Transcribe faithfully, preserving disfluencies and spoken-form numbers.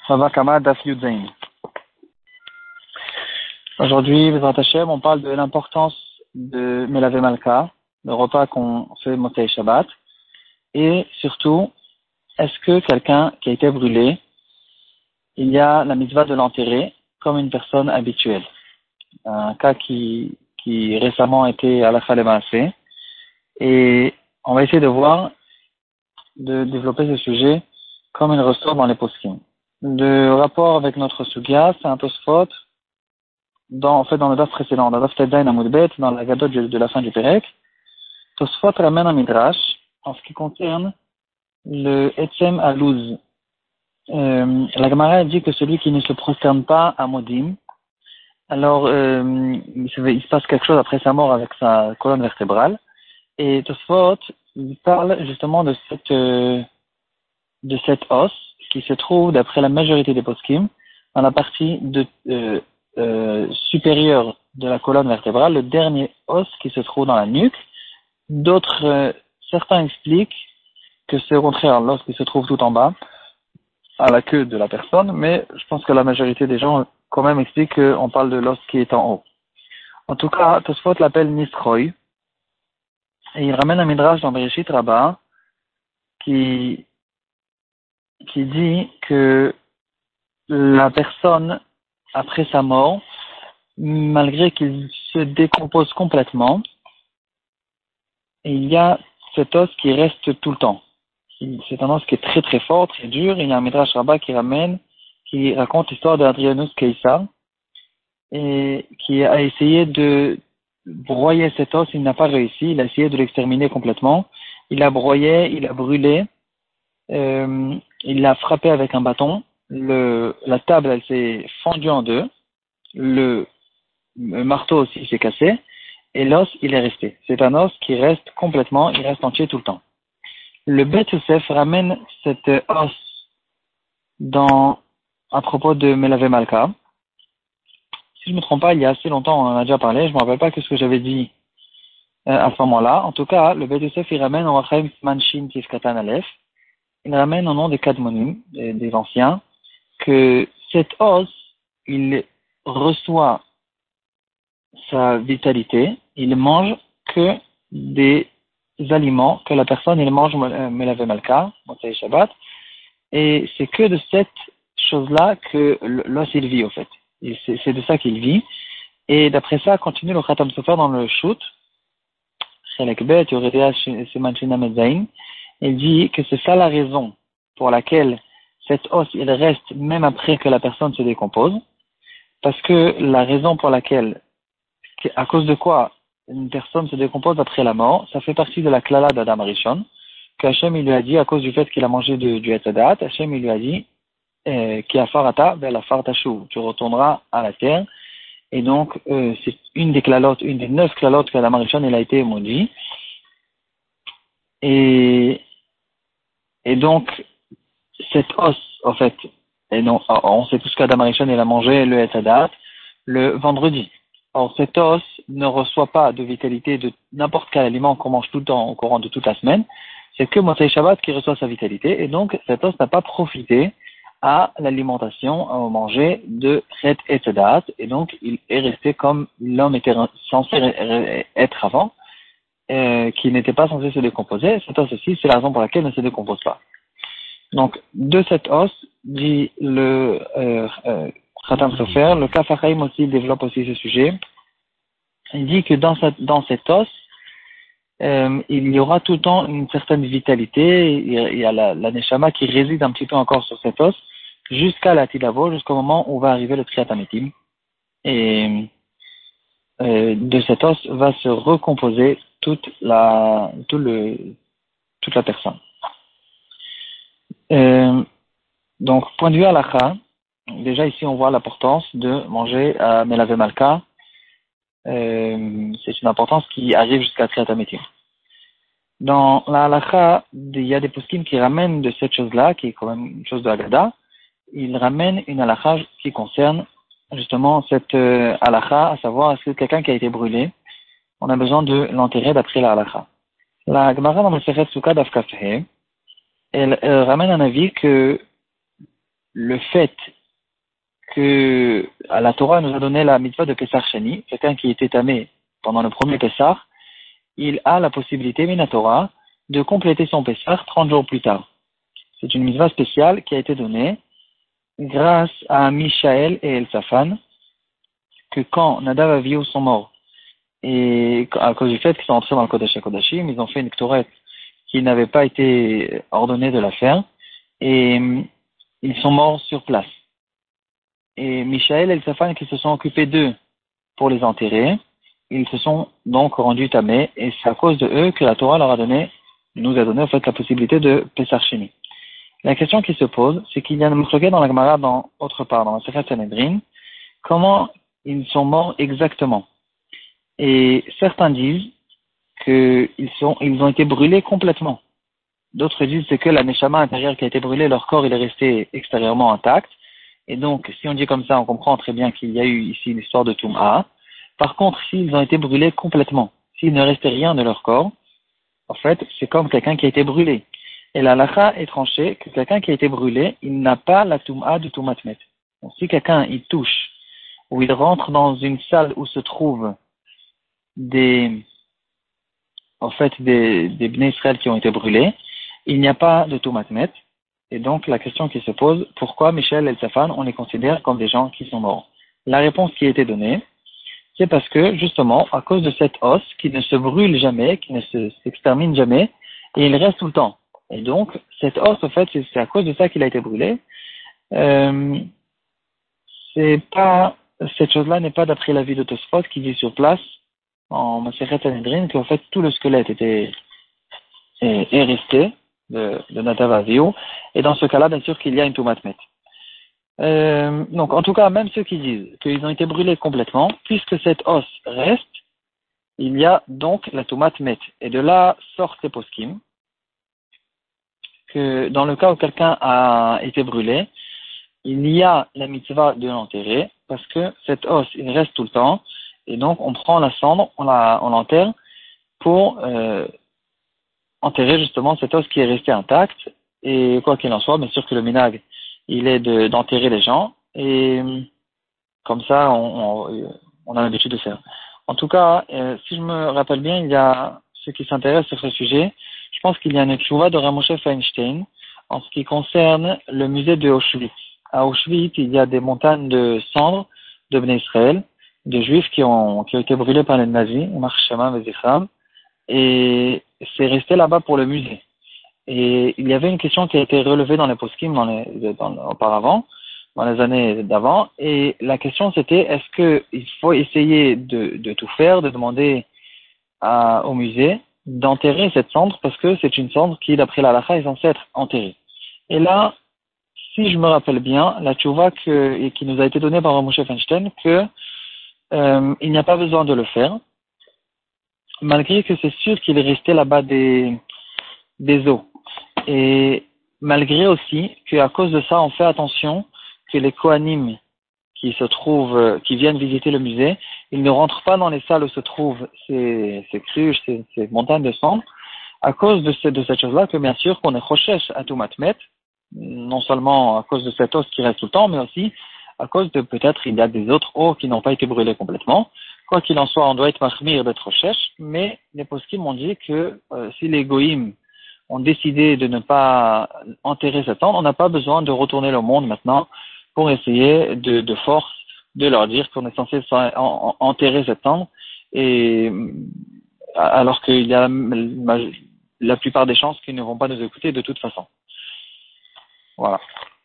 Aujourd'hui, Bezrat Hashem, on parle de l'importance de Melavé Malka, le repas qu'on fait Motzei Shabbat, et surtout, est-ce que quelqu'un qui a été brûlé, il y a la mitzvah de l'enterrer comme une personne habituelle. Un cas qui, qui récemment était à la Khalé Maasé, et on va essayer de voir, de développer ce sujet comme il ressort dans les poskim. Le rapport avec notre Sugya, c'est un Tosfot, dans, en fait, dans le daf précédent, dans le daf Teddain Amoudbet, dans la gadot de, de la fin du Perek, Tosfot ramène un midrash en ce qui concerne le Etzem Alouz. Euh, la Gemara dit que celui qui ne se prosterne pas à Modim, alors euh, il, se, il se passe quelque chose après sa mort avec sa colonne vertébrale. Et Tosfot, il parle justement de cette euh, de cet os qui se trouve, d'après la majorité des poskim, dans la partie de, euh, euh, supérieure de la colonne vertébrale, le dernier os qui se trouve dans la nuque. D'autres, euh, certains expliquent que c'est au contraire l'os qui se trouve tout en bas, à la queue de la personne, mais je pense que la majorité des gens quand même expliquent qu'on parle de l'os qui est en haut. En tout cas, Tosfot l'appelle Nisroy, et il ramène un midrash dans Bereshit Rabbah qui qui dit que la personne, après sa mort, malgré qu'il se décompose complètement, il y a cet os qui reste tout le temps. C'est un os qui est très très fort, très dur. Il y a un Midrash Rabbah qui ramène, qui raconte l'histoire d'Adrianus Keïsa, et qui a essayé de broyer cet os. Il n'a pas réussi. Il a essayé de l'exterminer complètement. Il a broyé, il a brûlé. Euh, il l'a frappé avec un bâton. Le, la table, elle s'est fendue en deux. Le, le marteau aussi s'est cassé. Et l'os, il est resté. C'est un os qui reste complètement, il reste entier tout le temps. Le Beth Yosef ramène cet os dans, à propos de Melavé Malka. Si je ne me trompe pas, il y a assez longtemps, on en a déjà parlé. Je ne me rappelle pas ce que j'avais dit euh, à ce moment-là. En tout cas, le Beth Yosef, il ramène en Rachaim Manshin Tifkatan Aleph. Il ramène au nom des Kadmonim, des, des anciens, que cet os, il reçoit sa vitalité, il mange que des aliments que la personne, il mange Melavé Malka, Motzei Shabbat, et c'est que de cette chose-là que l'os il vit, au fait. Et c'est, c'est de ça qu'il vit. Et d'après ça, continue le Khatam Sofer dans le Shoot, Chelek Bet, Yoredea Semanchina Medzaïn. Il dit que c'est ça la raison pour laquelle cet os, il reste même après que la personne se décompose. Parce que la raison pour laquelle, à cause de quoi une personne se décompose après la mort, ça fait partie de la klala d'Adam Rishon, qu'Hachem il lui a dit, à cause du fait qu'il a mangé de, du Etzadat, Hachem il lui a dit, qui a farata, vers la fartashu, tu retourneras à la terre. Et donc, euh, c'est une des klalotes, une des neuf klalotes qu'Adam Rishon il a été maudit. Et, et donc, cet os, en fait, et non, on sait tous qu'Adam Rishon il a mangé le Etzadat le vendredi. Or, cet os ne reçoit pas de vitalité de n'importe quel aliment qu'on mange tout le temps au courant de toute la semaine. C'est que Motzei Shabbat qui reçoit sa vitalité. Et donc, cet os n'a pas profité à l'alimentation, au manger de Chet Etzadat. Et donc, il est resté comme l'homme était censé être avant, euh, qui n'était pas censé se décomposer. Cet os aussi, c'est la raison pour laquelle il ne se décompose pas. Donc, de cet os, dit le euh, euh, Khatam Sofer, le Kaf HaChaim aussi développe aussi ce sujet. Il dit que dans, cette, dans cet os, euh, il y aura tout le temps une certaine vitalité. Il y a, il y a la, la Neshama qui réside un petit peu encore sur cet os, jusqu'à la Tilavo, jusqu'au moment où va arriver le Triat Hametim. Et euh, de cet os va se recomposer toute la, tout le, toute la personne. Euh, donc, point de vue halakha, déjà ici on voit l'importance de manger à Melavé Malka. Euh, c'est une importance qui arrive jusqu'à Triat Hametim. Dans la halakha, il y a des poskim qui ramènent de cette chose-là, qui est quand même une chose de Haggadah. Ils ramènent une halakha qui concerne justement cette euh, halakha, à savoir est-ce que quelqu'un qui a été brûlé, on a besoin de l'enterrer d'après la halakha. La Gemara dans le Masechet Sukkah Daf Kaf He, elle, elle ramène un avis que le fait que à la Torah nous a donné la mitzvah de Pessar Sheni, quelqu'un qui était tamé pendant le premier Pessar, il a la possibilité, Minatora, de compléter son Pessar trente jours plus tard. C'est une mitzvah spéciale qui a été donnée grâce à Mishaël et Elsafan, que quand Nadav et Avihu sont morts, et à cause du fait qu'ils sont entrés dans le Kodesh HaKodashim, ils ont fait une Ktoret qui n'avait pas été ordonnée de la faire, et ils sont morts sur place. Et Mishaël et Elsafan qui se sont occupés d'eux pour les enterrer, ils se sont donc rendus tamés, et c'est à cause de eux que la Torah leur a donné, nous a donné en fait la possibilité de Pessar Sheni. La question qui se pose, c'est qu'il y a un mouchoguet dans la Gemara, dans autre part, dans la Sechet Sanhedrin, comment ils sont morts exactement. Et certains disent qu'ils sont, ils ont été brûlés complètement. D'autres disent c'est que la neshama intérieure qui a été brûlée, leur corps il est resté extérieurement intact. Et donc, si on dit comme ça, on comprend très bien qu'il y a eu ici l'histoire de Toum'a. Par contre, s'ils ont été brûlés complètement, s'il ne restait rien de leur corps, en fait, c'est comme quelqu'un qui a été brûlé. Et la halakha est tranchée que quelqu'un qui a été brûlé, il n'a pas la Toum'a de Toumat Met. Donc, si quelqu'un il touche, ou il rentre dans une salle où se trouvent des, en fait, des, des Bnei Israël qui ont été brûlés, il n'y a pas de Toumat Met. Et donc, la question qui se pose, pourquoi Michel et Safan, on les considère comme des gens qui sont morts? La réponse qui a été donnée, c'est parce que, justement, à cause de cet os qui ne se brûle jamais, qui ne se, s'extermine jamais, et il reste tout le temps. Et donc, cet os, en fait, c'est, c'est à cause de ça qu'il a été brûlé. Euh, c'est pas, cette chose-là n'est pas d'après l'avis de Tosfot qui dit sur place, en Masechet Sanhedrin, qu'en fait, tout le squelette était, est, est resté, de, de Nadav Avihu, et dans ce cas-là, bien sûr qu'il y a une Toumat Met. Euh, donc, en tout cas, même ceux qui disent qu'ils ont été brûlés complètement, puisque cet os reste, il y a donc la Toumat Met. Et de là sortent les poskim, que dans le cas où quelqu'un a été brûlé, il y a la mitzvah de l'enterrer, parce que cet os, il reste tout le temps, et donc on prend la cendre, on, la, on l'enterre pour euh, enterrer justement cet os qui est resté intact, et quoi qu'il en soit, bien sûr que le minag, il est de, d'enterrer les gens, et comme ça, on, on, on a l'habitude de faire. En tout cas, euh, si je me rappelle bien, il y a ceux qui s'intéressent sur ce sujet, je pense qu'il y a une tchouva de Ramoshe Feinstein en ce qui concerne le musée de Auschwitz. À Auschwitz, il y a des montagnes de cendres de Bnei Israël, de juifs qui ont, qui ont été brûlés par les nazis, et c'est resté là-bas pour le musée. Et il y avait une question qui a été relevée dans les poskim dans les, dans, auparavant, dans les années d'avant, et la question c'était, est-ce que il faut essayer de, de tout faire, de demander à, au musée d'enterrer cette cendre, parce que c'est une cendre qui, d'après la halakha, est censée être enterrée. Et là, si je me rappelle bien, la tchouva que, et qui nous a été donnée par Moshe Feinstein, que euh, il n'y a pas besoin de le faire, malgré que c'est sûr qu'il est resté là-bas des, des os. Et malgré aussi qu'à cause de ça, on fait attention que les Kohanim qui se trouvent, qui viennent visiter le musée, ils ne rentrent pas dans les salles où se trouvent ces, ces cruches, ces, ces montagnes de cendres, à cause de, ce, de cette chose-là, que bien sûr qu'on est chochesh à Toumat Met, non seulement à cause de cet os qui reste tout le temps, mais aussi à cause de peut-être il y a des autres os qui n'ont pas été brûlés complètement. Quoi qu'il en soit, on doit être mahmir d'être chochesh, mais les poskim m'ont dit que euh, si les goïms ont décidé de ne pas enterrer cette cendre, on n'a pas besoin de retourner le monde maintenant pour essayer de, de force de leur dire qu'on est censé enterrer cette cendre, et alors qu'il y a la plupart des chances qu'ils ne vont pas nous écouter de toute façon. Voilà.